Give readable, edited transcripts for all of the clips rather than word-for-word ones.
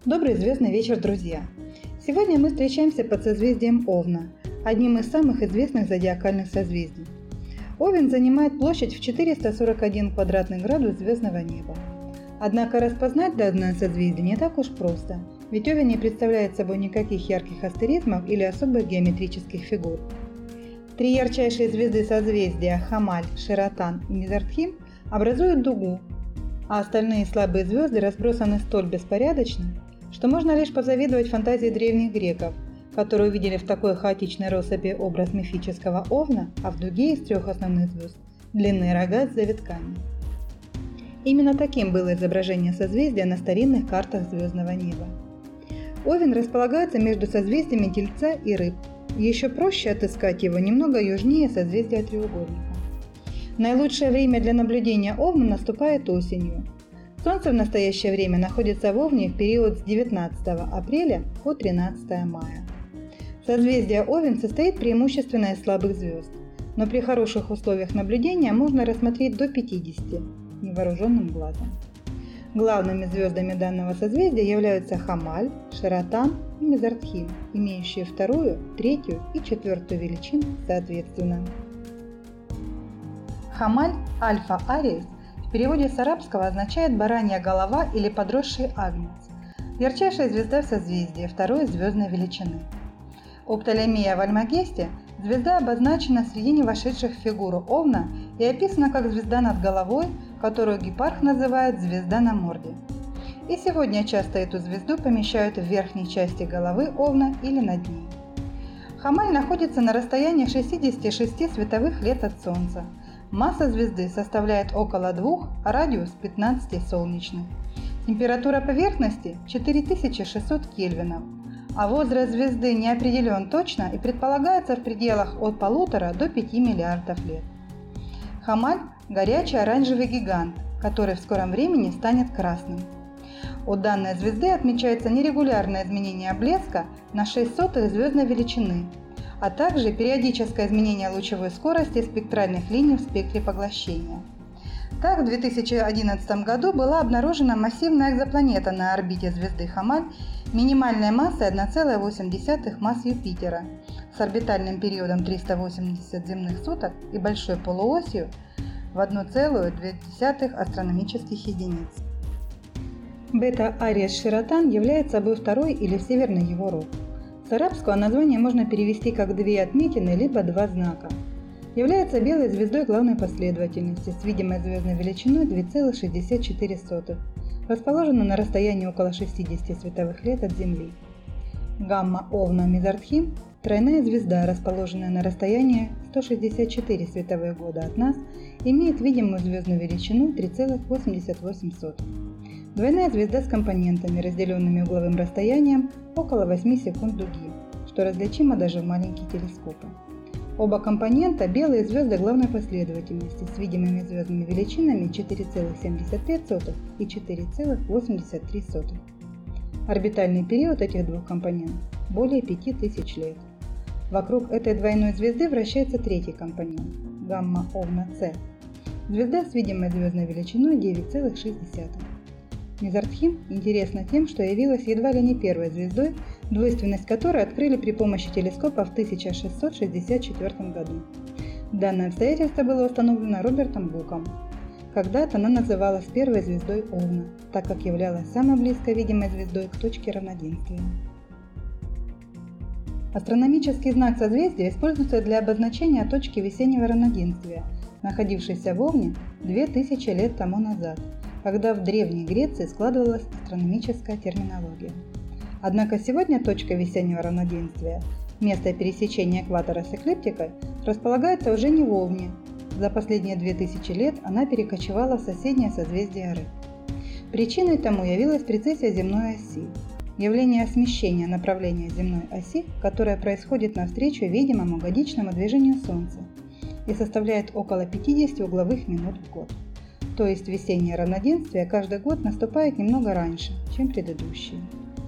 Добрый звездный вечер, друзья! Сегодня мы встречаемся под созвездием Овна, одним из самых известных зодиакальных созвездий. Овен занимает площадь в 441 квадратный градус звездного неба. Однако распознать данное созвездие не так уж просто, ведь Овен не представляет собой никаких ярких астеризмов или особых геометрических фигур. Три ярчайшие звезды созвездия Хамаль, Ширатан и Мизардхим образуют дугу, а остальные слабые звезды разбросаны столь беспорядочно, что можно лишь позавидовать фантазии древних греков, которые увидели в такой хаотичной россыпи образ мифического Овна, а в дуге из трех основных звезд – длинные рога с завитками. Именно таким было изображение созвездия на старинных картах звездного неба. Овен располагается между созвездиями Тельца и Рыб. Еще проще отыскать его немного южнее созвездия Треугольника. Наилучшее время для наблюдения Овна наступает осенью. Солнце в настоящее время находится в Овне в период с 19 апреля по 13 мая. Созвездие Овен состоит преимущественно из слабых звезд, но при хороших условиях наблюдения можно рассмотреть до 50 невооруженным глазом. Главными звездами данного созвездия являются Хамаль, Ширатан и Мизардхим, имеющие вторую, третью и четвертую величины соответственно. Хамаль Альфа Ариес в переводе с арабского означает «баранья голова» или «подросший агнец». Ярчайшая звезда в созвездии второй звездной величины. У Птолемея в Альмагесте звезда обозначена среди не вошедших в фигуру Овна и описана как звезда над головой, которую Гипарх называет «звезда на морде». И сегодня часто эту звезду помещают в верхней части головы Овна или над ней. Хамаль находится на расстоянии 66 световых лет от Солнца. Масса звезды составляет около 2, а радиус 15 солнечных. Температура поверхности 4600 кельвинов, а возраст звезды не определен точно и предполагается в пределах от 1,5 до 5 миллиардов лет. Хамаль – горячий оранжевый гигант, который в скором времени станет красным. У данной звезды отмечается нерегулярное изменение блеска на 0,06 звездной величины, а также периодическое изменение лучевой скорости спектральных линий в спектре поглощения. Так, в 2011 году была обнаружена массивная экзопланета на орбите звезды Хамаль минимальной массой 1,8 масс Юпитера с орбитальным периодом 380 земных суток и большой полуосью в 1,2 астрономических единиц. Бета Ариес Ширатан является собой второй или северный его рог. С арабского название можно перевести как две отметины либо два знака. Является белой звездой главной последовательности с видимой звездной величиной 2,64, расположена на расстоянии около 60 световых лет от Земли. Гамма Овна Мизардхим – тройная звезда, расположенная на расстоянии 164 световые года от нас, имеет видимую звездную величину 3,88. Двойная звезда с компонентами, разделенными угловым расстоянием около 8 секунд дуги, что различимо даже в маленькие телескопы. Оба компонента – белые звезды главной последовательности с видимыми звездными величинами 4,75 и 4,83. Орбитальный период этих двух компонентов – более 5000 лет. Вокруг этой двойной звезды вращается третий компонент – гамма Овна С. Звезда с видимой звездной величиной 9,6. Мизардхим интересна тем, что явилась едва ли не первой звездой, двойственность которой открыли при помощи телескопа в 1664 году. Данное обстоятельство было установлено Робертом Буком. Когда-то она называлась первой звездой Овна, так как являлась самой близко видимой звездой к точке равноденствия. Астрономический знак созвездия используется для обозначения точки весеннего равноденствия, находившейся в Овне 2000 лет тому назад, когда в Древней Греции складывалась астрономическая терминология. Однако сегодня точка весеннего равноденствия, место пересечения экватора с эклиптикой, располагается уже не в Овне. За последние 2000 лет она перекочевала в соседнее созвездие Рыб. Причиной тому явилась прецессия земной оси, явление смещения направления земной оси, которое происходит навстречу видимому годичному движению Солнца и составляет около 50 угловых минут в год. То есть весеннее равноденствие каждый год наступает немного раньше, чем предыдущие.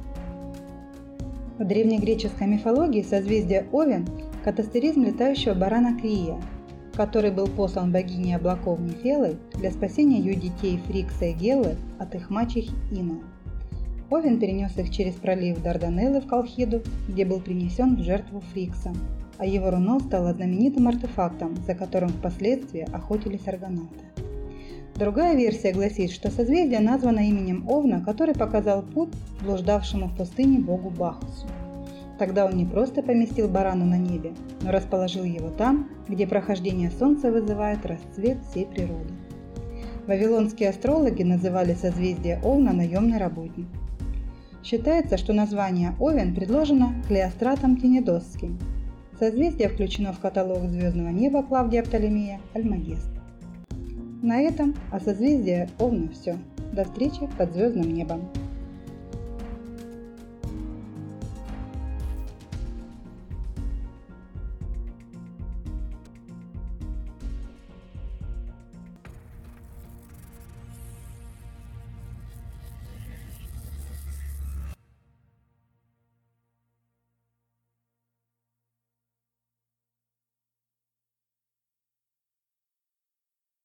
В древнегреческой мифологии созвездие Овен – катастеризм летающего барана Крия, который был послан богиней облаков Нефелой для спасения ее детей Фрикса и Геллы от их мачехи Ино. Овен перенес их через пролив Дарданеллы в Колхиду, где был принесен в жертву Фриксом, а его руно стало знаменитым артефактом, за которым впоследствии охотились аргонавты. Другая версия гласит, что созвездие названо именем Овна, который показал путь блуждавшему в пустыне богу Бахусу. Тогда он не просто поместил барана на небе, но расположил его там, где прохождение солнца вызывает расцвет всей природы. Вавилонские астрологи называли созвездие Овна наемный работник. Считается, что название Овен предложено Клеостратом Тенедосским. Созвездие включено в каталог звездного неба Клавдия Птолемея Альмагест. На этом о созвездии Овна все. До встречи под звездным небом.